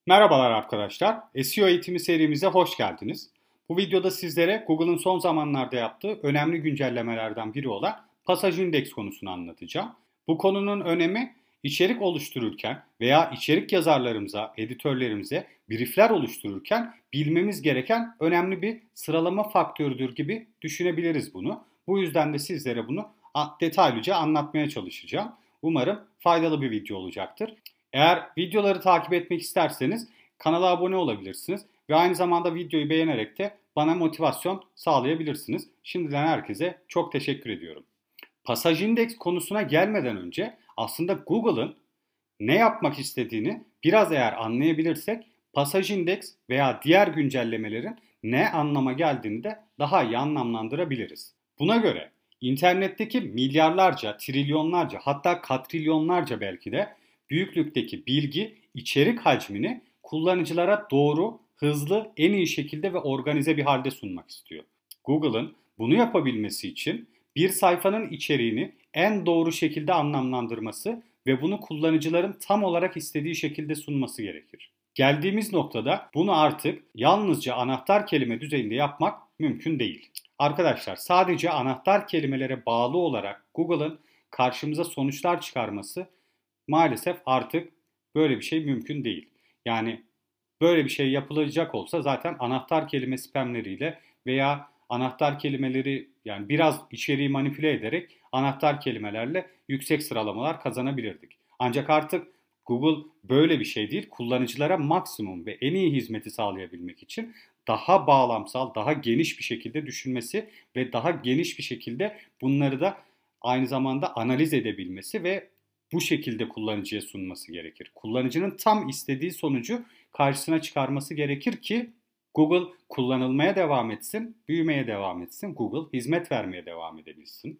Merhabalar arkadaşlar. SEO eğitimi serimize hoş geldiniz. Bu videoda sizlere Google'ın son zamanlarda yaptığı önemli güncellemelerden biri olan Pasaj Index konusunu anlatacağım. Bu konunun önemi içerik oluştururken veya içerik yazarlarımıza, editörlerimize briefler oluştururken bilmemiz gereken önemli bir sıralama faktörüdür gibi düşünebiliriz bunu. Bu yüzden de sizlere bunu detaylıca anlatmaya çalışacağım. Umarım faydalı bir video olacaktır. Eğer videoları takip etmek isterseniz kanala abone olabilirsiniz ve aynı zamanda videoyu beğenerek de bana motivasyon sağlayabilirsiniz. Şimdiden herkese çok teşekkür ediyorum. Pasaj Index konusuna gelmeden önce aslında Google'ın ne yapmak istediğini biraz eğer anlayabilirsek Pasaj Index veya diğer güncellemelerin ne anlama geldiğini de daha iyi anlamlandırabiliriz. Buna göre internetteki milyarlarca, trilyonlarca hatta katrilyonlarca belki de büyüklükteki bilgi, içerik hacmini kullanıcılara doğru, hızlı, en iyi şekilde ve organize bir halde sunmak istiyor. Google'ın bunu yapabilmesi için bir sayfanın içeriğini en doğru şekilde anlamlandırması ve bunu kullanıcıların tam olarak istediği şekilde sunması gerekir. Geldiğimiz noktada bunu artık yalnızca anahtar kelime düzeyinde yapmak mümkün değil. Arkadaşlar sadece anahtar kelimelere bağlı olarak Google'ın karşımıza sonuçlar çıkarması maalesef artık böyle bir şey mümkün değil. Yani böyle bir şey yapılacak olsa zaten anahtar kelime spamleriyle veya anahtar kelimeleri yani biraz içeriği manipüle ederek anahtar kelimelerle yüksek sıralamalar kazanabilirdik. Ancak artık Google böyle bir şey değil. Kullanıcılara maksimum ve en iyi hizmeti sağlayabilmek için daha bağlamsal, daha geniş bir şekilde düşünmesi ve daha geniş bir şekilde bunları da aynı zamanda analiz edebilmesi ve bu şekilde kullanıcıya sunması gerekir. Kullanıcının tam istediği sonucu karşısına çıkarması gerekir ki Google kullanılmaya devam etsin, büyümeye devam etsin, Google hizmet vermeye devam edebilsin.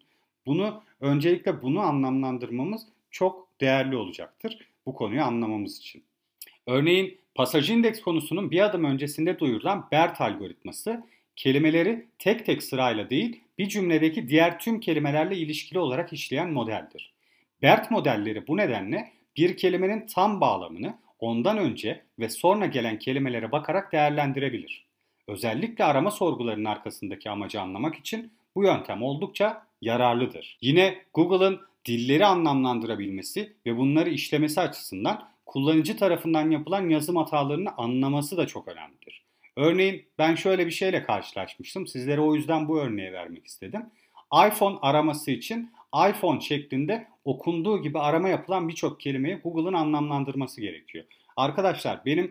Öncelikle bunu anlamlandırmamız çok değerli olacaktır bu konuyu anlamamız için. Örneğin pasaj indeks konusunun bir adım öncesinde duyurulan BERT algoritması kelimeleri tek tek sırayla değil bir cümledeki diğer tüm kelimelerle ilişkili olarak işleyen modeldir. BERT modelleri bu nedenle bir kelimenin tam bağlamını ondan önce ve sonra gelen kelimelere bakarak değerlendirebilir. Özellikle arama sorgularının arkasındaki amacı anlamak için bu yöntem oldukça yararlıdır. Yine Google'ın dilleri anlamlandırabilmesi ve bunları işlemesi açısından kullanıcı tarafından yapılan yazım hatalarını anlaması da çok önemlidir. Örneğin ben şöyle bir şeyle karşılaşmıştım. Sizlere o yüzden bu örneği vermek istedim. iPhone araması için iPhone şeklinde okunduğu gibi arama yapılan birçok kelimeyi Google'ın anlamlandırması gerekiyor. Arkadaşlar benim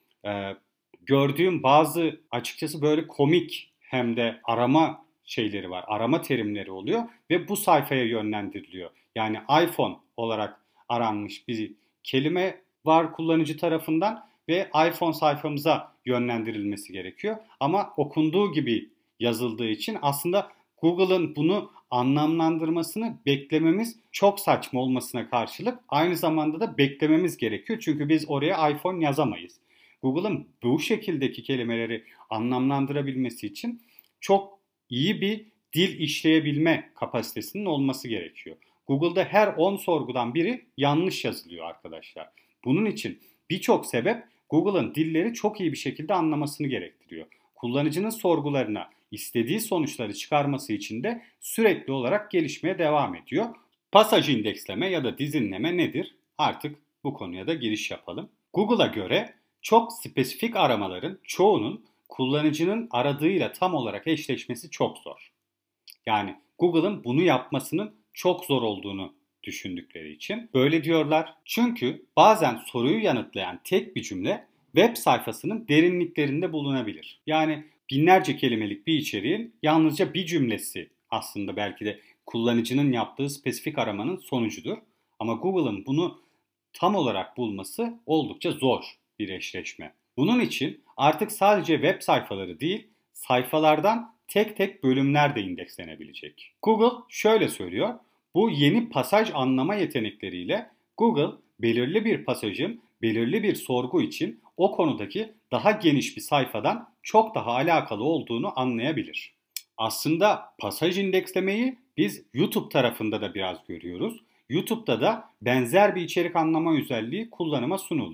gördüğüm bazı açıkçası böyle komik hem de arama şeyleri var. Arama terimleri oluyor ve bu sayfaya yönlendiriliyor. Yani iPhone olarak aranmış bir kelime var kullanıcı tarafından ve iPhone sayfamıza yönlendirilmesi gerekiyor. Ama okunduğu gibi yazıldığı için aslında Google'ın bunu anlamlandırmasını beklememiz çok saçma olmasına karşılık aynı zamanda da beklememiz gerekiyor. Çünkü biz oraya iPhone yazamayız. Google'ın bu şekildeki kelimeleri anlamlandırabilmesi için çok iyi bir dil işleyebilme kapasitesinin olması gerekiyor. Google'da her 10 sorgudan biri yanlış yazılıyor arkadaşlar. Bunun için birçok sebep Google'ın dilleri çok iyi bir şekilde anlamasını gerektiriyor. Kullanıcının sorgularına istediği sonuçları çıkarması için de sürekli olarak gelişmeye devam ediyor. Pasaj indeksleme ya da dizinleme nedir? Artık bu konuya da giriş yapalım. Google'a göre çok spesifik aramaların çoğunun kullanıcının aradığıyla tam olarak eşleşmesi çok zor. Yani Google'ın bunu yapmasının çok zor olduğunu düşündükleri için böyle diyorlar. Çünkü bazen soruyu yanıtlayan tek bir cümle web sayfasının derinliklerinde bulunabilir. Yani binlerce kelimelik bir içeriğin yalnızca bir cümlesi aslında belki de kullanıcının yaptığı spesifik aramanın sonucudur. Ama Google'ın bunu tam olarak bulması oldukça zor bir eşleşme. Bunun için artık sadece web sayfaları değil, sayfalardan tek tek bölümler de indekslenebilecek. Google şöyle söylüyor. Bu yeni pasaj anlama yetenekleriyle Google belirli bir pasajın belirli bir sorgu için o konudaki daha geniş bir sayfadan çok daha alakalı olduğunu anlayabilir. Aslında pasaj indekslemeyi biz YouTube tarafında da biraz görüyoruz. YouTube'da da benzer bir içerik anlama özelliği kullanıma sunuldu.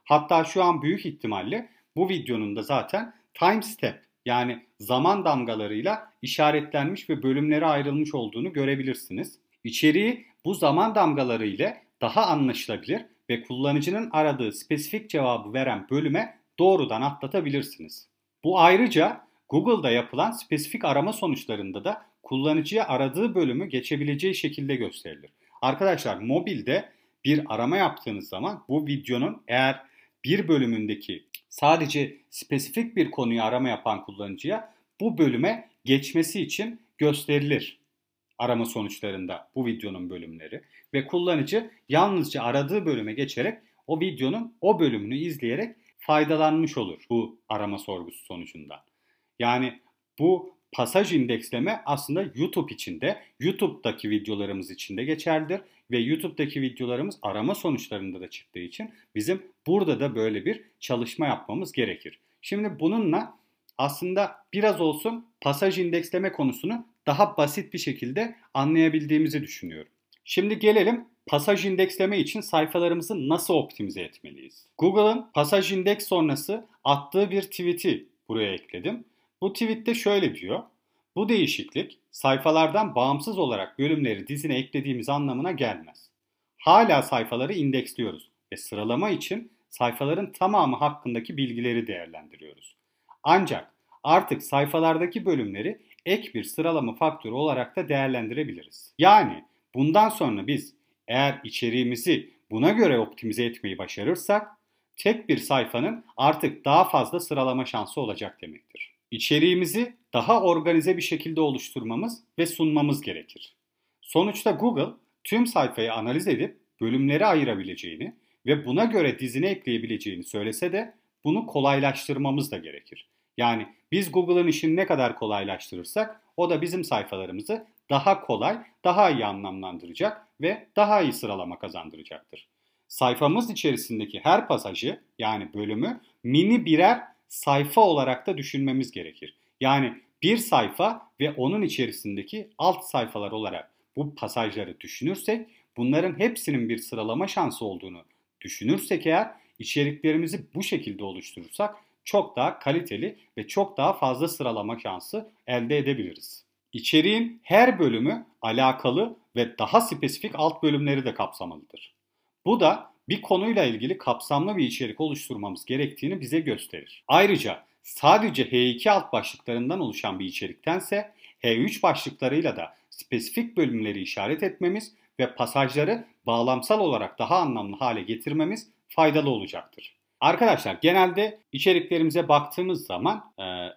Hatta şu an büyük ihtimalle bu videonun da zaten timestamp yani zaman damgalarıyla işaretlenmiş ve bölümlere ayrılmış olduğunu görebilirsiniz. İçeriği bu zaman damgaları ile daha anlaşılabilir ve kullanıcının aradığı spesifik cevabı veren bölüme doğrudan atlatabilirsiniz. Bu ayrıca Google'da yapılan spesifik arama sonuçlarında da kullanıcıya aradığı bölümü geçebileceği şekilde gösterilir. Arkadaşlar mobilde bir arama yaptığınız zaman bu videonun eğer bir bölümündeki sadece spesifik bir konuyu arama yapan kullanıcıya bu bölüme geçmesi için gösterilir arama sonuçlarında bu videonun bölümleri ve kullanıcı yalnızca aradığı bölüme geçerek o videonun o bölümünü izleyerek faydalanmış olur bu arama sorgusu sonucunda. Yani bu pasaj indeksleme aslında YouTube için de, YouTube'daki videolarımız için de geçerlidir ve YouTube'daki videolarımız arama sonuçlarında da çıktığı için bizim burada da böyle bir çalışma yapmamız gerekir. Şimdi bununla aslında biraz olsun pasaj indeksleme konusunu daha basit bir şekilde anlayabildiğimizi düşünüyorum. Şimdi gelelim pasaj indeksleme için sayfalarımızı nasıl optimize etmeliyiz? Google'ın pasaj indeks sonrası attığı bir tweet'i buraya ekledim. Bu tweette şöyle diyor. Bu değişiklik sayfalardan bağımsız olarak bölümleri dizine eklediğimiz anlamına gelmez. Hala sayfaları indeksliyoruz ve sıralama için sayfaların tamamı hakkındaki bilgileri değerlendiriyoruz. Ancak artık sayfalardaki bölümleri ek bir sıralama faktörü olarak da değerlendirebiliriz. Yani bundan sonra biz eğer içeriğimizi buna göre optimize etmeyi başarırsak tek bir sayfanın artık daha fazla sıralama şansı olacak demektir. İçeriğimizi daha organize bir şekilde oluşturmamız ve sunmamız gerekir. Sonuçta Google tüm sayfayı analiz edip bölümlere ayırabileceğini ve buna göre dizine ekleyebileceğini söylese de bunu kolaylaştırmamız da gerekir. Yani biz Google'ın işini ne kadar kolaylaştırırsak o da bizim sayfalarımızı daha kolay, daha iyi anlamlandıracak ve daha iyi sıralama kazandıracaktır. Sayfamız içerisindeki her pasajı yani bölümü mini birer sayfa olarak da düşünmemiz gerekir. Yani bir sayfa ve onun içerisindeki alt sayfalar olarak bu pasajları düşünürsek, bunların hepsinin bir sıralama şansı olduğunu düşünürsek eğer içeriklerimizi bu şekilde oluşturursak çok daha kaliteli ve çok daha fazla sıralama şansı elde edebiliriz. İçeriğin her bölümü alakalı ve daha spesifik alt bölümleri de kapsamalıdır. Bu da bir konuyla ilgili kapsamlı bir içerik oluşturmamız gerektiğini bize gösterir. Ayrıca sadece H2 alt başlıklarından oluşan bir içeriktense H3 başlıklarıyla da spesifik bölümleri işaret etmemiz ve pasajları bağlamsal olarak daha anlamlı hale getirmemiz faydalı olacaktır. Arkadaşlar genelde içeriklerimize baktığımız zaman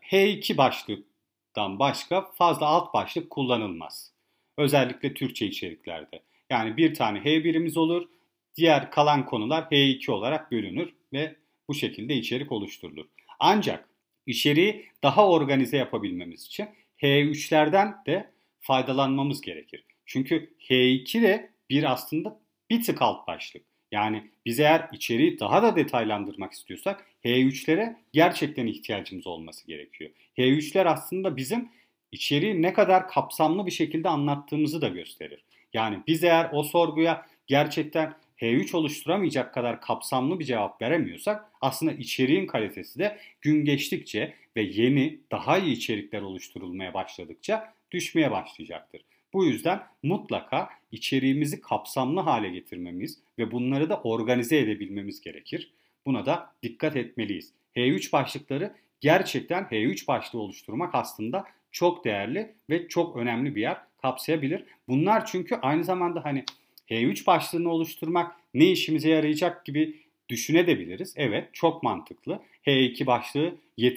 H2 başlıktan başka fazla alt başlık kullanılmaz. Özellikle Türkçe içeriklerde. Yani bir tane H1'imiz olur, diğer kalan konular H2 olarak bölünür ve bu şekilde içerik oluşturulur. Ancak içeriği daha organize yapabilmemiz için H3'lerden de faydalanmamız gerekir. Çünkü H2 de aslında bir tık alt başlık. Yani biz eğer içeriği daha da detaylandırmak istiyorsak H3'lere gerçekten ihtiyacımız olması gerekiyor. H3'ler aslında bizim içeriği ne kadar kapsamlı bir şekilde anlattığımızı da gösterir. Yani biz eğer o sorguya gerçekten H3 oluşturamayacak kadar kapsamlı bir cevap veremiyorsak aslında içeriğin kalitesi de gün geçtikçe ve yeni daha iyi içerikler oluşturulmaya başladıkça düşmeye başlayacaktır. Bu yüzden mutlaka içeriğimizi kapsamlı hale getirmemiz ve bunları da organize edebilmemiz gerekir. Buna da dikkat etmeliyiz. H3 başlıkları gerçekten H3 başlığı oluşturmak aslında çok değerli ve çok önemli bir yer kapsayabilir. Bunlar çünkü aynı zamanda hani H3 başlığını oluşturmak ne işimize yarayacak gibi düşünebiliriz. Evet, çok mantıklı. H2 başlığı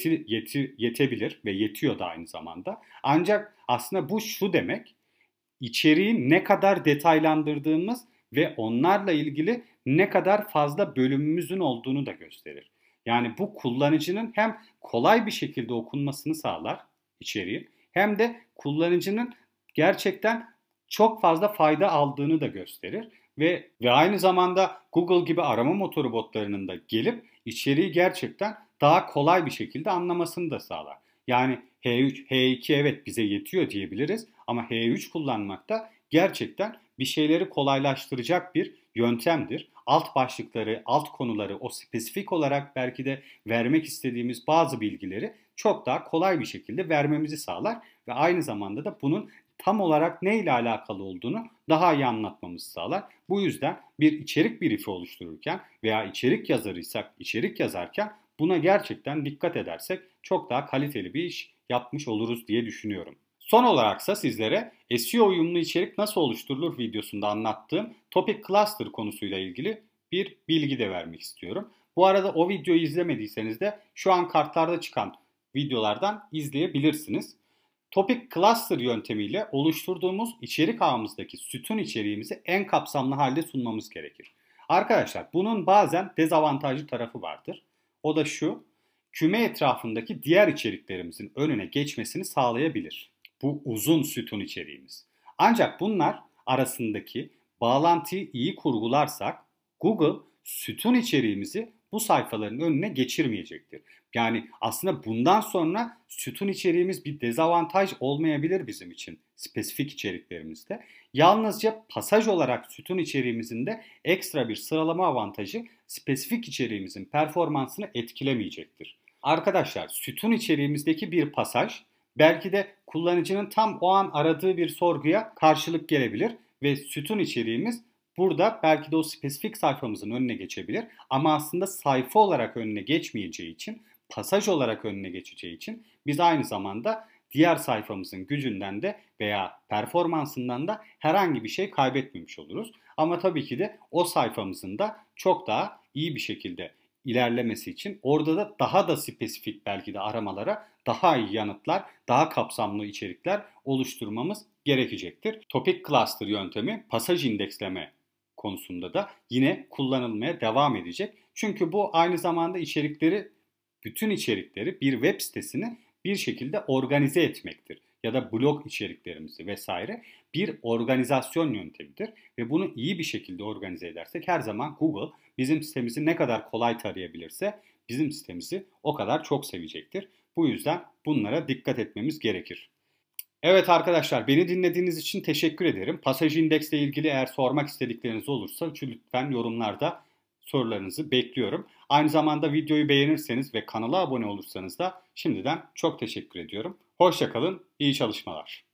yetebilir ve yetiyor da aynı zamanda. Ancak aslında bu şu demek, içeriği ne kadar detaylandırdığımız ve onlarla ilgili ne kadar fazla bölümümüzün olduğunu da gösterir. Yani bu kullanıcının hem kolay bir şekilde okunmasını sağlar içeriği hem de kullanıcının gerçekten çok fazla fayda aldığını da gösterir ve aynı zamanda Google gibi arama motoru botlarının da gelip içeriği gerçekten daha kolay bir şekilde anlamasını da sağlar. Yani H3, H2 evet bize yetiyor diyebiliriz ama H3 kullanmak da gerçekten bir şeyleri kolaylaştıracak bir yöntemdir. alt başlıkları, alt konuları, o spesifik olarak belki de vermek istediğimiz bazı bilgileri çok daha kolay bir şekilde vermemizi sağlar ve aynı zamanda da bunun tam olarak ne ile alakalı olduğunu daha iyi anlatmamızı sağlar. Bu yüzden bir içerik briefi oluştururken veya içerik yazarıysak içerik yazarken buna gerçekten dikkat edersek çok daha kaliteli bir iş yapmış oluruz diye düşünüyorum. Son olaraksa sizlere SEO uyumlu içerik nasıl oluşturulur videosunda anlattığım Topic Cluster konusuyla ilgili bir bilgi de vermek istiyorum. Bu arada o videoyu izlemediyseniz de şu an kartlarda çıkan videolardan izleyebilirsiniz. Topic Cluster yöntemiyle oluşturduğumuz içerik ağımızdaki sütun içeriğimizi en kapsamlı halde sunmamız gerekir. Arkadaşlar bunun bazen dezavantajlı tarafı vardır. O da şu, küme etrafındaki diğer içeriklerimizin önüne geçmesini sağlayabilir. Bu uzun sütun içeriğimiz. Ancak bunlar arasındaki bağlantıyı iyi kurgularsak Google sütun içeriğimizi bu sayfaların önüne geçirmeyecektir. Yani aslında bundan sonra sütun içeriğimiz bir dezavantaj olmayabilir bizim için spesifik içeriklerimizde. Yalnızca pasaj olarak sütun içeriğimizin de ekstra bir sıralama avantajı spesifik içeriğimizin performansını etkilemeyecektir. Arkadaşlar sütun içeriğimizdeki bir pasaj belki de kullanıcının tam o an aradığı bir sorguya karşılık gelebilir ve sütun içeriğimiz burada belki de o spesifik sayfamızın önüne geçebilir ama aslında sayfa olarak önüne geçmeyeceği için, pasaj olarak önüne geçeceği için biz aynı zamanda diğer sayfamızın gücünden de veya performansından da herhangi bir şey kaybetmemiş oluruz. Ama tabii ki de o sayfamızın da çok daha iyi bir şekilde ilerlemesi için orada da daha da spesifik belki de aramalara daha iyi yanıtlar, daha kapsamlı içerikler oluşturmamız gerekecektir. Topic Cluster yöntemi pasaj indeksleme konusunda da yine kullanılmaya devam edecek. Çünkü bu aynı zamanda bütün içerikleri bir web sitesini bir şekilde organize etmektir. Ya da blog içeriklerimizi vesaire bir organizasyon yöntemidir. Ve bunu iyi bir şekilde organize edersek her zaman Google bizim sitemizi ne kadar kolay tarayabilirse bizim sitemizi o kadar çok sevecektir. Bu yüzden bunlara dikkat etmemiz gerekir. Evet arkadaşlar beni dinlediğiniz için teşekkür ederim. Pasaj indeksle ilgili eğer sormak istedikleriniz olursa lütfen yorumlarda sorularınızı bekliyorum. Aynı zamanda videoyu beğenirseniz ve kanala abone olursanız da şimdiden çok teşekkür ediyorum. Hoşça kalın, iyi çalışmalar.